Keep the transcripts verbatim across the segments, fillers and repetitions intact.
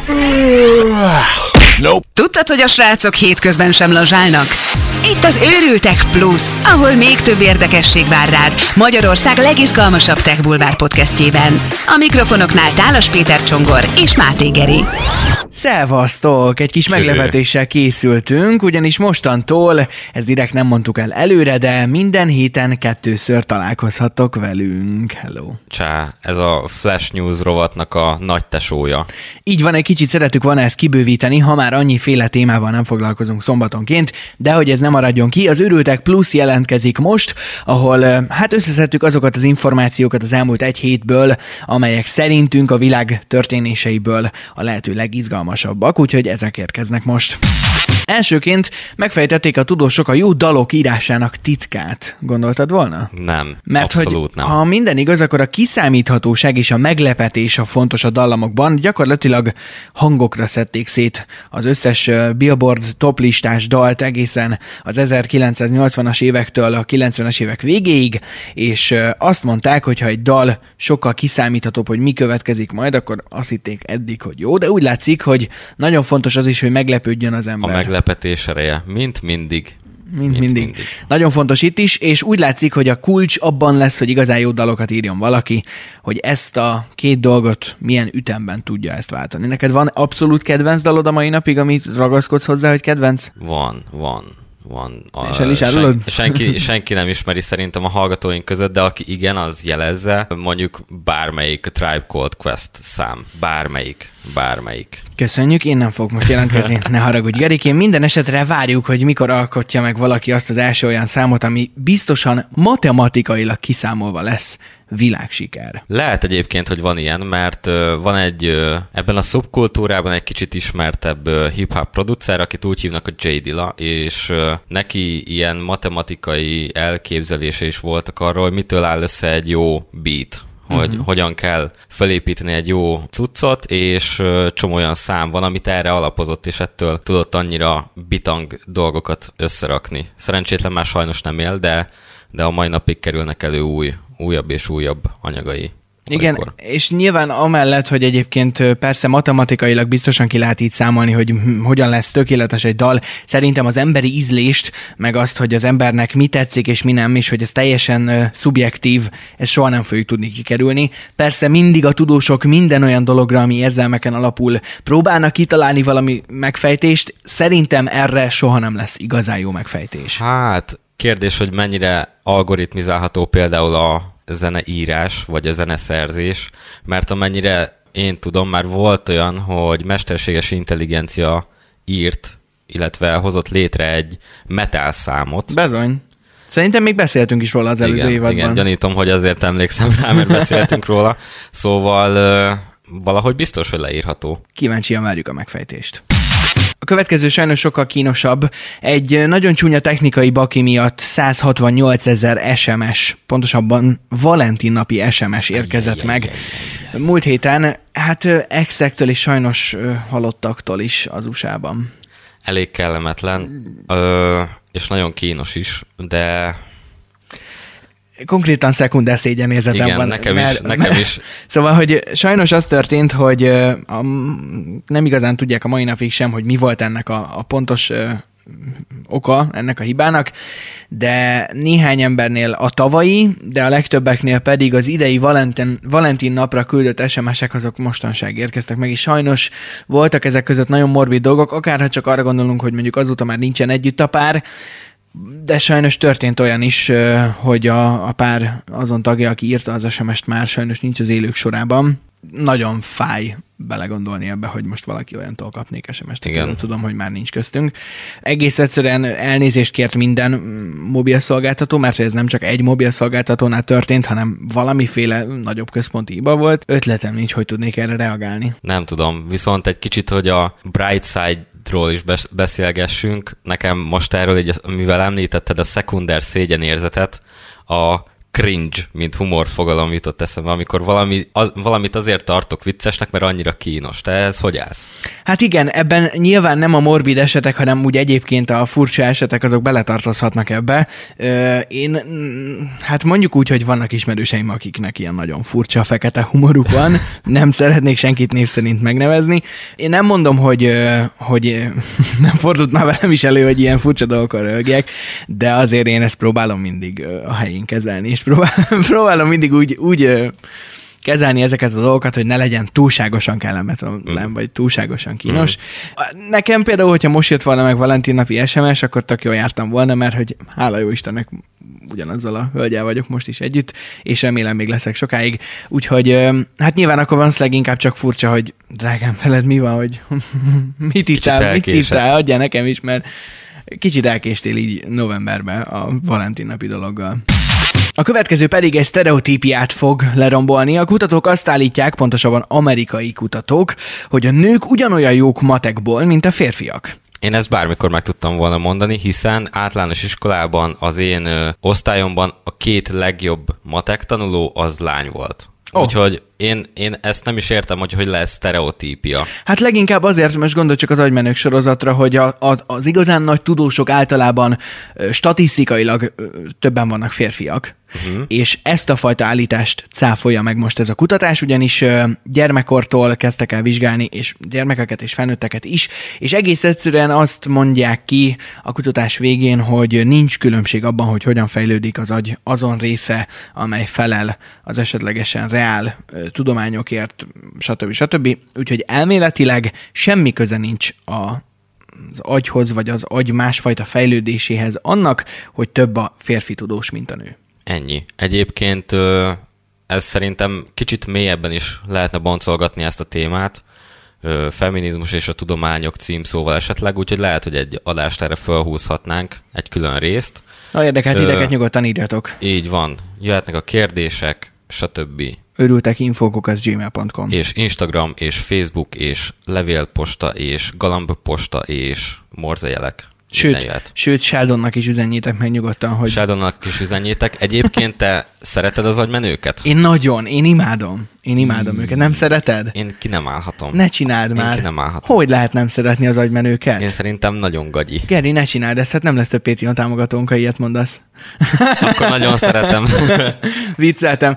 Nope. Tudtad, hogy a srácok hétközben sem lazsálnak? Itt az Őrültek Plus, ahol még több érdekesség vár rád Magyarország legizgalmasabb Tech Bulvár podcastjében. A mikrofonoknál Tálas Péter Csongor és Máté Geri. Szevasztok! Egy kis Cső. meglepetéssel készültünk, ugyanis mostantól, ezt direkt nem mondtuk el előre, de minden héten kettőször találkozhattok velünk. Hello! Csá, ez a Flash News rovatnak a nagy tesója. Így van, egy kicsit szeretük volna ezt kibővíteni, ha már annyiféle témával nem foglalkozunk szombatonként, de hogy ez nem maradjon ki, az Őrültek Plus jelentkezik most, ahol hát összeszedtük azokat az információkat az elmúlt egy hétből, amelyek szerintünk a világ történéseiből a lehető legizgalmasabbak, úgyhogy ezek érkeznek most. Elsőként megfejtették a tudósok a jó dalok írásának titkát. Gondoltad volna? Nem, Mert abszolút hogy nem. Ha minden igaz, akkor a kiszámíthatóság és a meglepetés a fontos a dallamokban. Gyakorlatilag hangokra szedték szét az összes Billboard toplistás dalt egészen az ezerkilencszáznyolcvanas évektől a kilencvenes évek végéig, és azt mondták, hogy ha egy dal sokkal kiszámíthatóbb, hogy mi következik majd, akkor azt hitték eddig, hogy jó, de úgy látszik, hogy nagyon fontos az is, hogy meglepődjön az ember. A meglepetés ereje, mint mindig. Mint, Mint mindig. mindig. Nagyon fontos itt is, és úgy látszik, hogy a kulcs abban lesz, hogy igazán jó dalokat írjon valaki, hogy ezt a két dolgot milyen ütemben tudja ezt váltani. Neked van abszolút kedvenc dalod a mai napig, amit ragaszkodsz hozzá, hogy kedvenc? Van, van. Van. A, És el is árulod? sen, senki, senki nem ismeri szerintem a hallgatóink között, de aki igen, az jelezze, mondjuk bármelyik a Tribe Called Quest szám. Bármelyik. Bármelyik. Köszönjük, én nem fogok most jelentkezni, ne haragudj, Gerikén. Minden esetre várjuk, hogy mikor alkotja meg valaki azt az első olyan számot, ami biztosan matematikailag kiszámolva lesz világsiker. Lehet egyébként, hogy van ilyen, mert uh, van egy uh, ebben a szubkultúrában egy kicsit ismertebb uh, hip-hop producer, akit úgy hívnak a J Dilla, és uh, neki ilyen matematikai elképzelése is voltak arról, hogy mitől áll össze egy jó beat. Hogy uh-huh. hogyan kell felépíteni egy jó cuccot, és uh, csomó olyan szám van, amit erre alapozott, és ettől tudott annyira bitang dolgokat összerakni. Szerencsétlen már sajnos nem él, de, de a mai napig kerülnek elő új, újabb és újabb anyagai. Igen, olykor. És nyilván amellett, hogy egyébként persze matematikailag biztosan ki lehet így számolni, hogy hogyan lesz tökéletes egy dal, szerintem az emberi ízlést, meg azt, hogy az embernek mi tetszik és mi nem, és hogy ez teljesen uh, szubjektív, ezt soha nem fogjuk tudni kikerülni. Persze mindig a tudósok minden olyan dologra, ami érzelmeken alapul, próbálnak kitalálni valami megfejtést, szerintem erre soha nem lesz igazán jó megfejtés. Hát, kérdés, hogy mennyire algoritmizálható például a zeneírás, vagy a zeneszerzés, mert amennyire én tudom, már volt olyan, hogy mesterséges intelligencia írt, illetve hozott létre egy metal számot. Bezony. Szerintem még beszéltünk is róla az előző igen, évadban. Igen, gyanítom, hogy azért emlékszem rá, mert beszéltünk róla. Szóval uh, valahogy biztos, hogy leírható. Kíváncsian várjuk a megfejtést. A következő sajnos sokkal kínosabb. Egy nagyon csúnya technikai baki miatt száz hatvannyolc ezer es em es, pontosabban Valentin napi es em es érkezett meg. Múlt héten, hát exektől és sajnos halottaktól is az u es á-ban. Elég kellemetlen, ö, és nagyon kínos is, de... Konkrétan szekunder szégyenérzetem igen, van. nekem mert, is, nekem mert, is. Szóval, hogy sajnos az történt, hogy a, nem igazán tudják a mai napig sem, hogy mi volt ennek a, a pontos ö, oka ennek a hibának, de néhány embernél a tavalyi, de a legtöbbeknél pedig az idei Valentin, Valentin napra küldött es em es-ek azok mostanság érkeztek meg, és sajnos voltak ezek között nagyon morbid dolgok, akárha csak arra gondolunk, hogy mondjuk azóta már nincsen együtt a pár, de sajnos történt olyan is, hogy a, a pár azon tagja, aki írta az es em es-t, már sajnos nincs az élők sorában. Nagyon fáj belegondolni ebbe, hogy most valaki olyantól kapnék es em es-t. Igen. Tudom, hogy már nincs köztünk. Egész egyszerűen elnézést kért minden mobilszolgáltató, mert ez nem csak egy mobilszolgáltatónál történt, hanem valamiféle nagyobb központi hiba volt. Ötletem nincs, hogy tudnék erre reagálni. Nem tudom, viszont egy kicsit, hogy a bright side ról is beszélgessünk. Nekem most erről, így, mivel említetted a szekunder szégyenérzetet, a cringe, mint humorfogalom jutott eszembe, amikor valami, az, valamit azért tartok viccesnek, mert annyira kínos. Te ez hogy állsz? Hát igen, ebben nyilván nem a morbid esetek, hanem úgy egyébként a furcsa esetek, azok beletartozhatnak ebbe. Én, hát mondjuk úgy, hogy vannak ismerőseim, akiknek ilyen nagyon furcsa, fekete humoruk van. Nem szeretnék senkit név szerint megnevezni. Én nem mondom, hogy, hogy nem fordult már velem is elő, hogy ilyen furcsa dolgokkal röhögjek, de azért én ezt próbálom mindig a helyén kezelni, és próbálom, próbálom mindig úgy, úgy kezelni ezeket a dolgokat, hogy ne legyen túlságosan kellemetlen, mm. vagy túlságosan kínos. Mm. Nekem például, hogyha most jött volna meg Valentin napi es em es, akkor tök jól jártam volna, mert hogy hála jó Istennek ugyanazzal a hölgyel vagyok most is együtt, és remélem még leszek sokáig. Úgyhogy hát nyilván akkor van leginkább csak furcsa, hogy drágám, veled mi van, hogy mit ittál, mit szívtál, adjál nekem is, mert kicsit elkéstél így novemberben a Valentin napi dologgal. A következő pedig egy sztereotípiát fog lerombolni. A kutatók azt állítják, pontosabban amerikai kutatók, hogy a nők ugyanolyan jók matekból, mint a férfiak. Én ezt bármikor meg tudtam volna mondani, hiszen általános iskolában az én ö, osztályomban a két legjobb matek tanuló az lány volt. Oh. Úgyhogy én, én ezt nem is értem, hogy hogy lesz sztereotípia. Hát leginkább azért, most gondolj csak az Agymenők sorozatra, hogy a, a, az igazán nagy tudósok általában ö, statisztikailag ö, többen vannak férfiak. Uh-huh. És ezt a fajta állítást cáfolja meg most ez a kutatás, ugyanis ö, gyermekkortól kezdtek el vizsgálni, és gyermekeket és felnőtteket is, és egész egyszerűen azt mondják ki a kutatás végén, hogy nincs különbség abban, hogy hogyan fejlődik az agy azon része, amely felel az esetlegesen reál ö, tudományokért, stb. stb. Úgyhogy elméletileg semmi köze nincs a, az agyhoz, vagy az agy másfajta fejlődéséhez annak, hogy több a férfi tudós, mint a nő. Ennyi. Egyébként ez szerintem kicsit mélyebben is lehetne boncolgatni ezt a témát, feminizmus és a tudományok címszóval esetleg, úgyhogy lehet, hogy egy adást erre felhúzhatnánk, egy külön részt. Ha érdekelt ideket, nyugodtan írjatok. Így van. Jöhetnek a kérdések, stb. Örültek infókok, az gmail pont com. És Instagram, és Facebook, és levélposta, és galambposta, és morzejelek. Sőt, sőt, Sheldonnak is üzenjétek meg nyugodtan, hogy... Sheldonnak is üzenjétek. Egyébként te szereted az agymenőket? Én nagyon, én imádom. Én imádom mm. őket. Nem szereted? Én ki nem állhatom. Ne csináld már. Én ki nem állhatom. Hogy lehet nem szeretni az agymenőket? Én szerintem nagyon gagyi. Geri, ne csináld ezt, hát nem lesz több Patreon támogatónk, ha ilyet mondasz. Akkor nagyon szeretem. Vicceltem.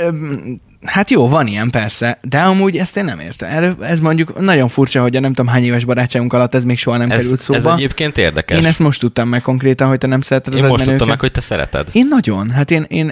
Hát jó, van ilyen persze, de amúgy ezt én nem értem. Erről, ez mondjuk nagyon furcsa, hogy a nem tudom hány éves barátságunk alatt ez még soha nem ez, került szóba. Ez egyébként érdekes. Én ezt most tudtam meg konkrétan, hogy te nem szereted az Én most agymenőket. tudtam meg, hogy te szereted. Én nagyon. Hát én, én,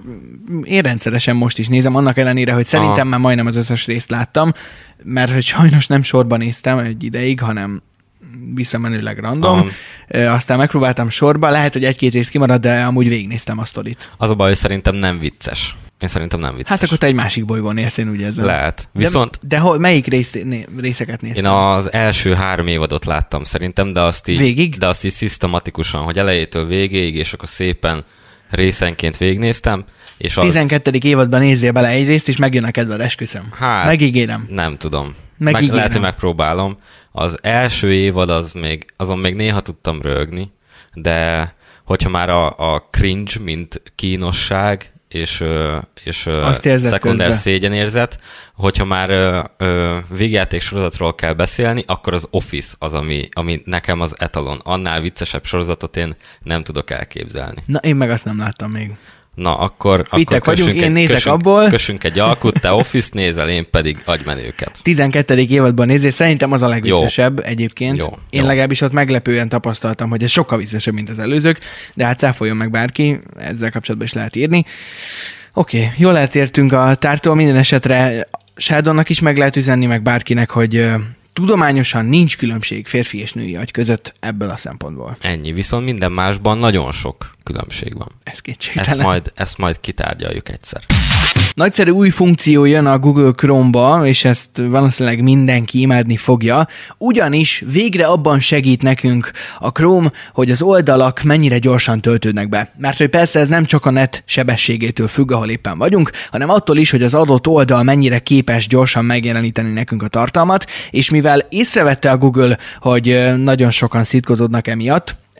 én rendszeresen most is nézem, annak ellenére, hogy szerintem Aha. már majdnem az összes részt láttam, mert hogy sajnos nem sorban néztem egy ideig, hanem visszamenőleg random. Aha. Aztán megpróbáltam sorba, lehet, hogy egy-két rész kimarad, de amúgy végignéztem a sztorit. Az a baj, hogy szerintem nem vicces. Én szerintem nem vicces. Hát akkor te egy másik bolygón élsz, én úgy érzem. Lehet. Viszont... De, de hol, melyik részt, né, részeket néztem? Én az első három évadot láttam szerintem, de azt így... Végig? De azt így szisztematikusan, hogy elejétől végéig, és akkor szépen részenként végignéztem. És az... tizenkettedik évadban nézzél bele egy részt, és megjön a kedved, esküszöm. Hát, megígérem. Nem tudom. Megígérem. Meg, lehet, hogy megpróbálom. Az első évad az még, azon még néha tudtam röhögni, de hogyha már a, a cringe, mint kínosság, és, és szekunder szégyenérzet, hogyha már végjáték sorozatról kell beszélni, akkor az Office az, ami, ami nekem az etalon. Annál viccesebb sorozatot én nem tudok elképzelni. Na, én meg azt nem láttam még. Na, akkor, akkor kössünk, egy, én nézek kössünk, abból. kössünk egy alkut, te Office nézel, én pedig agymenőket. tizenkettedik évadban nézél, szerintem az a legviccesebb jó. egyébként. Jó, én jó. legalábbis ott meglepően tapasztaltam, hogy ez sokkal viccesebb, mint az előzők, de hát cáfoljon meg bárki, ezzel kapcsolatban is lehet írni. Oké, okay, jól eltértünk a tártól, minden esetre Sheldonnak is meg lehet üzenni, meg bárkinek, hogy tudományosan nincs különbség férfi és női agy között ebből a szempontból. Ennyi, viszont minden másban nagyon sok különbség van. Ez kétségtelen. Ezt majd, ezt majd kitárgyaljuk egyszer. Nagyszerű új funkció jön a Google Chrome-ba, és ezt valószínűleg mindenki imádni fogja, ugyanis végre abban segít nekünk a Chrome, hogy az oldalak mennyire gyorsan töltődnek be. Mert hogy persze ez nem csak a net sebességétől függ, ahol éppen vagyunk, hanem attól is, hogy az adott oldal mennyire képes gyorsan megjeleníteni nekünk a tartalmat, és mivel észrevette a Google, hogy nagyon sokan szitkozódnak emiatt,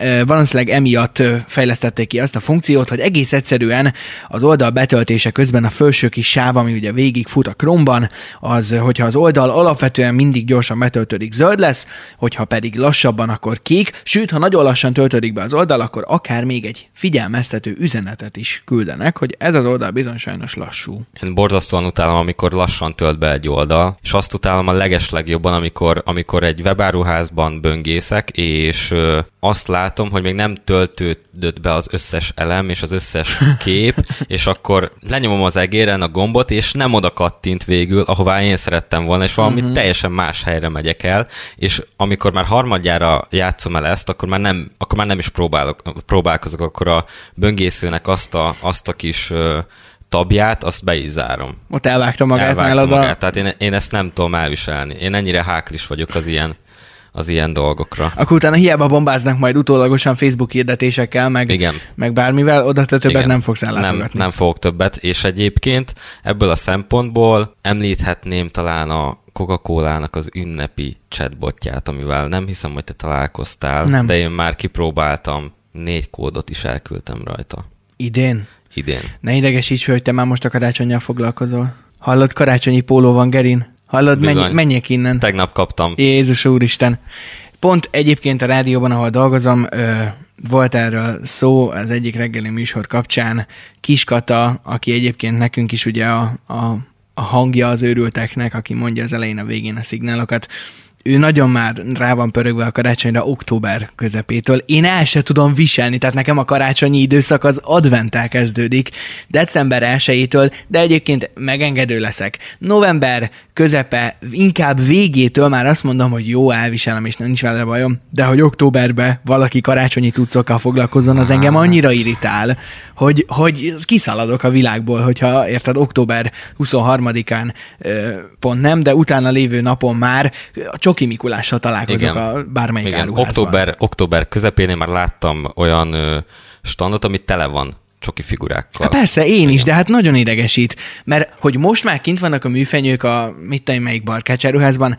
valószínűleg emiatt fejlesztették ki azt a funkciót, hogy egész egyszerűen az oldal betöltése közben a felső kis sáv, ami ugye végig fut a Chrome-ban, az, hogyha az oldal alapvetően mindig gyorsan betöltődik, zöld lesz, hogyha pedig lassabban, akkor kék, sőt, ha nagyon lassan töltődik be az oldal, akkor akár még egy figyelmeztető üzenetet is küldenek, hogy ez az oldal bizony sajnos lassú. Én borzasztóan utálom, amikor lassan tölt be egy oldal, és azt utálom a legeslegjobban, amikor, amikor egy webáruházban böngészek, és ö, azt látom, hogy még nem töltődött be az összes elem és az összes kép, és akkor lenyomom az egéren a gombot, és nem oda kattint végül, ahová én szerettem volna, és valami uh-huh. teljesen más helyre megyek el, és amikor már harmadjára játszom el ezt, akkor már nem, akkor már nem is próbálok, próbálkozok, akkor a böngészőnek azt a, azt a kis ö, tabját, azt be is zárom. Ott elvágta magát. Elvágta magát, a... tehát én, én ezt nem tudom elviselni. Én ennyire háklis vagyok az ilyen, az ilyen dolgokra. Akkor utána hiába bombáznak majd utólagosan Facebook hirdetésekkel, meg, Igen. meg bármivel, oda te többet Igen. nem fogsz ellátogatni. Nem, nem fogok többet, és egyébként ebből a szempontból említhetném talán a Coca-Colának az ünnepi chatbotját, amivel nem hiszem, hogy te találkoztál, nem. De én már kipróbáltam, négy kódot is elküldtem rajta. Idén? Idén. Ne idegesíts, hogy te már most a karácsonnyal foglalkozol. Hallod, karácsonyi póló van, Gerin? Hallod, menj, menjek innen. Tegnap kaptam. Jézus úristen. Pont egyébként a rádióban, ahol dolgozom, ö, volt erről szó az egyik reggeli műsor kapcsán. Kiskata, aki egyébként nekünk is ugye a, a, a hangja az őrülteknek, aki mondja az elején a végén a szignálokat, ő nagyon már rá van pörögve a karácsonyra október közepétől. Én el se tudom viselni, tehát nekem a karácsonyi időszak az adventtel kezdődik, december elsejétől, de egyébként megengedő leszek. November közepe, inkább végétől már azt mondom, hogy jó, elviselem, és nincs vele bajom, de hogy októberben valaki karácsonyi cuccokkal foglalkozzon, az engem annyira irritál, hogy, hogy kiszaladok a világból, hogyha érted, október huszonharmadikán pont nem, de utána lévő napon már Csoki Mikulással találkozok Igen. a bármelyik Igen. áruházban. Október, október közepén én már láttam olyan ö, standot, ami tele van csoki figurákkal. Hát persze, én Igen. is, de hát nagyon idegesít, mert hogy most már kint vannak a műfenyők a mit tudom, melyik barkácsáruházban,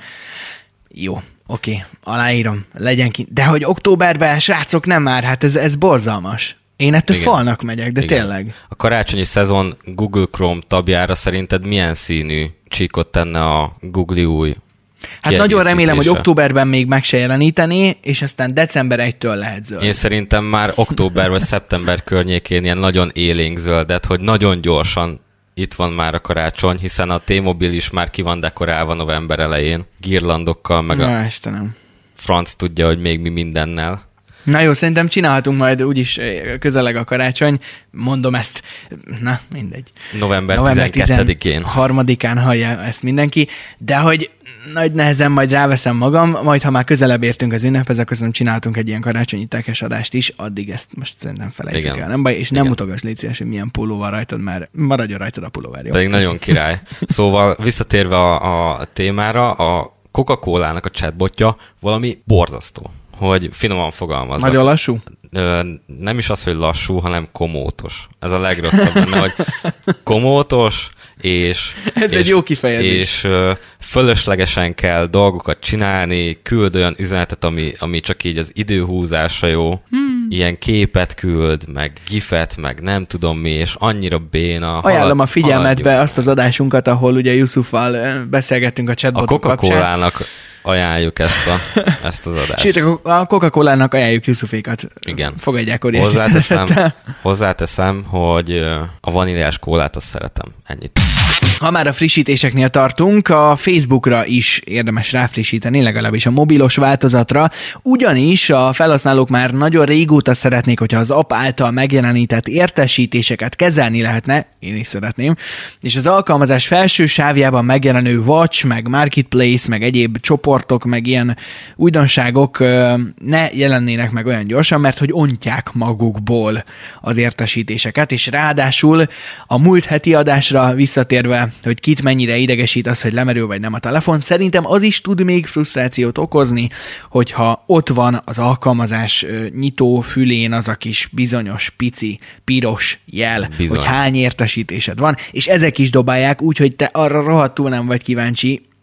jó, oké, aláírom, legyen kint, de hogy októberben, srácok, nem már, hát ez, ez borzalmas. Én ettől Igen. falnak megyek, de Igen. tényleg. A karácsonyi szezon Google Chrome tabjára szerinted milyen színű csíkot tenne a Google új Hát nagyon remélem, hogy októberben még meg se jeleníteni, és aztán december elsejétől lehet zöld. Én szerintem már október vagy szeptember környékén ilyen nagyon élénk zöldet, hogy nagyon gyorsan itt van már a karácsony, hiszen a T-Mobile is már ki van dekorálva november elején, girlandokkal, meg Na, a Istenem. franc tudja, hogy még mi mindennel. Na jó, szerintem csinálhatunk majd úgyis közeleg a karácsony. Mondom ezt, na mindegy. November, november tizenkettedikén. tizenharmadikán hallja ezt mindenki, de hogy nagy nehezen majd ráveszem magam, majd ha már közelebb értünk az ünnephez, akkor szerintem csinálhatunk egy ilyen karácsonyi tekes adást is, addig ezt most szerintem felejtjük el, nem baj, és nem mutogass, légy szíves, hogy milyen póló van rajtad, mert maradjon rajtad a pulóver. Pedig nagyon király. Szóval visszatérve a, a témára, a Coca-Colának a chatbotja valami borzasztó, hogy finoman fogalmazzak. Nagyon lassú? Nem is az, hogy lassú, hanem komótos. Ez a legrosszabb benne, hogy komótos, és... Ez és, egy jó kifejezés. És fölöslegesen kell dolgokat csinálni, küld olyan üzenetet, ami, ami csak így az időhúzásra jó. Hmm. Ilyen képet küld, meg gifet, meg nem tudom mi, és annyira béna. Ajánlom halad, a figyelmetbe azt az adásunkat, ahol ugye Yusuffal beszélgettünk a chatbotok kapcsán. A Coca-Colának ajánljuk ezt, a, ezt az adást. Sőt, a Coca-Colának ajánljuk Yusufékat. Igen. Fogadják óriási hozzáteszem, hozzáteszem, hogy a vaníliás kólát azt szeretem. Ennyit. Ha már a frissítéseknél tartunk, a Facebookra is érdemes ráfrissíteni, legalábbis a mobilos változatra, ugyanis a felhasználók már nagyon régóta szeretnék, hogyha az app által megjelenített értesítéseket kezelni lehetne, én is szeretném, és az alkalmazás felső sávjában megjelenő Watch, meg Marketplace, meg egyéb csoportok, meg ilyen újdonságok ne jelennének meg olyan gyorsan, mert hogy ontják magukból az értesítéseket, és ráadásul a múlt heti adásra visszatérve, hogy kit mennyire idegesít az, hogy lemerül vagy nem a telefon. Szerintem az is tud még frusztrációt okozni, hogyha ott van az alkalmazás nyitó fülén az a kis bizonyos, pici, piros jel, Bizony. hogy hány értesítésed van, és ezek is dobálják úgy, hogy te arra rohadtul nem vagy kíváncsi,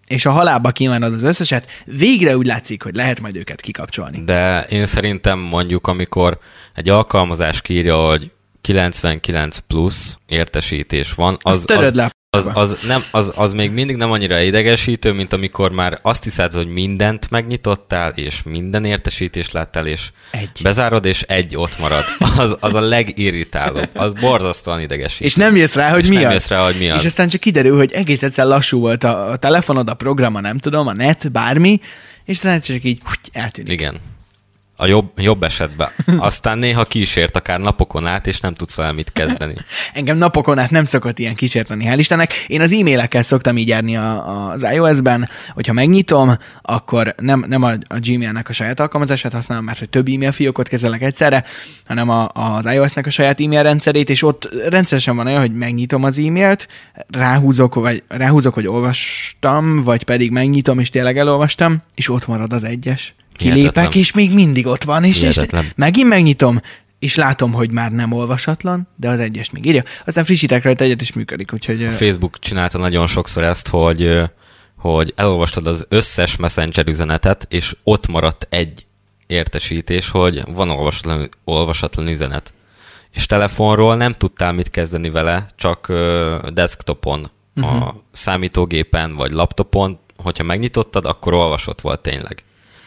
és a halálba kívánod az összeset, végre úgy látszik, hogy lehet majd őket kikapcsolni. De én szerintem mondjuk, amikor egy alkalmazás kiírja, hogy kilencvenkilenc plusz értesítés van, az, az, az, az, az, nem, az, az még mindig nem annyira idegesítő, mint amikor már azt hiszed, hogy mindent megnyitottál, és minden értesítést láttál, és egy. bezárod, és egy ott marad. Az, az a legirritálóbb. Az borzasztóan idegesítő. És nem jössz rá, hogy és mi nem az. jössz rá, hogy mi az. És aztán csak kiderül, hogy egész egyszer lassú volt a, a telefonod, a programa, nem tudom, a net, bármi, és aztán csak így húgy, eltűnik. Igen. A jobb, jobb esetben. Aztán néha kísért akár napokon át, és nem tudsz vele mit kezdeni. Engem napokon át nem szokott ilyen kísérteni, hál' Istennek. Én az e-mailekkel szoktam így járni a, az iOS-ben, hogyha megnyitom, akkor nem, nem a, a Gmailnek a saját alkalmazását használom, mert hogy több e-mail fiókot kezelek egyszerre, hanem a, az iOS-nek a saját e-mail rendszerét, és ott rendszeresen van olyan, hogy megnyitom az e-mailt, ráhúzok, vagy ráhúzok, hogy olvastam, vagy pedig megnyitom, és tényleg elolvastam, és ott marad az egyes. Kilépek, és még mindig ott van, és, és megint megnyitom, és látom, hogy már nem olvasatlan, de az egyes még írja. Aztán frissítek rajta egyet, és működik. Úgyhogy... A Facebook csinálta nagyon sokszor ezt, hogy, hogy elolvastad az összes Messenger üzenetet, és ott maradt egy értesítés, hogy van olvasatlan, olvasatlan üzenet. És telefonról nem tudtál mit kezdeni vele, csak desktopon, uh-huh. a számítógépen vagy laptopon, hogyha megnyitottad, akkor olvasott volt tényleg.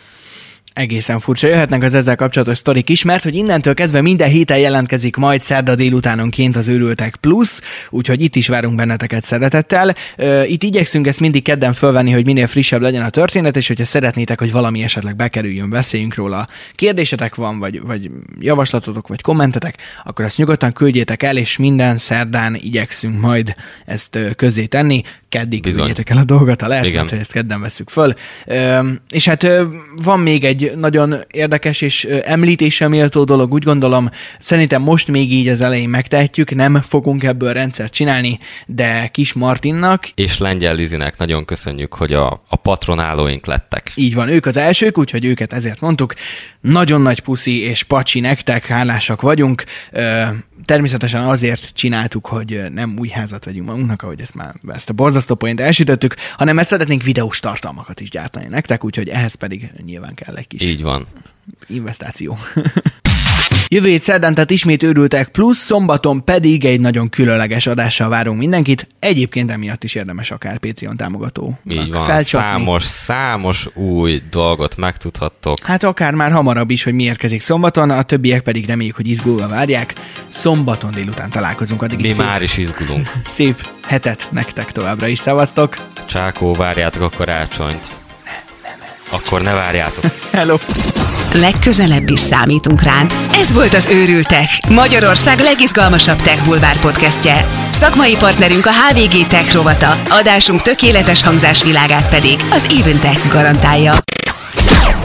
Egészen furcsa. Jöhetnek az ezzel kapcsolatos sztorik is, mert hogy innentől kezdve minden héten jelentkezik majd szerda délutánonként az Őrültek Plusz, úgyhogy itt is várunk benneteket szeretettel. Itt igyekszünk ezt mindig kedden fölvenni, hogy minél frissebb legyen a történet, és hogyha szeretnétek, hogy valami esetleg bekerüljön, beszéljünk róla, kérdésetek van, vagy, vagy javaslatotok, vagy kommentetek, akkor azt nyugodtan küldjétek el, és minden szerdán igyekszünk majd ezt közzé tenni. Keddig küldjétek el a dolgot, ha lehet, mert ezt kedden vesszük föl. És hát van még egy nagyon érdekes és említésre méltó dolog, úgy gondolom, szerintem most még így az elején megtehetjük, nem fogunk ebből rendszert csinálni, de Kis Martinnak és Lengyel Lizinek nagyon köszönjük, hogy a, a patronálóink lettek. Így van, ők az elsők, úgyhogy őket ezért mondtuk. Nagyon nagy puszi és pacsi nektek, hálásak vagyunk. Természetesen azért csináltuk, hogy nem új házat vegyünk magunknak, ahogy ezt már ezt a borzasztó point elsütöttük, hanem mert szeretnénk videós tartalmakat is gyártani nektek, úgyhogy ehhez pedig nyilván kell egy kis így van. investáció. Jövő hét szerdán, tehát ismét Őrültek Plusz, szombaton pedig egy nagyon különleges adással várunk mindenkit. Egyébként emiatt is érdemes akár Patreon támogató. Így van, felcsapni. számos, számos új dolgot megtudhattok. Hát akár már hamarabb is, hogy mi érkezik szombaton, a többiek pedig reméljük, hogy izgulva várják. Szombaton délután találkozunk, addig mi is szép, már is izgulunk. Szép hetet nektek továbbra is, szevasztok! Csákó, várjátok a karácsonyt. Akkor ne várjátok. Hello! Legközelebb is számítunk rád. Ez volt az Őrültek, Magyarország legizgalmasabb tech bulvár podcastje. Szakmai partnerünk a há vé gé Tech rovata, adásunk tökéletes hangzásvilágát pedig az Even Tech garantálja.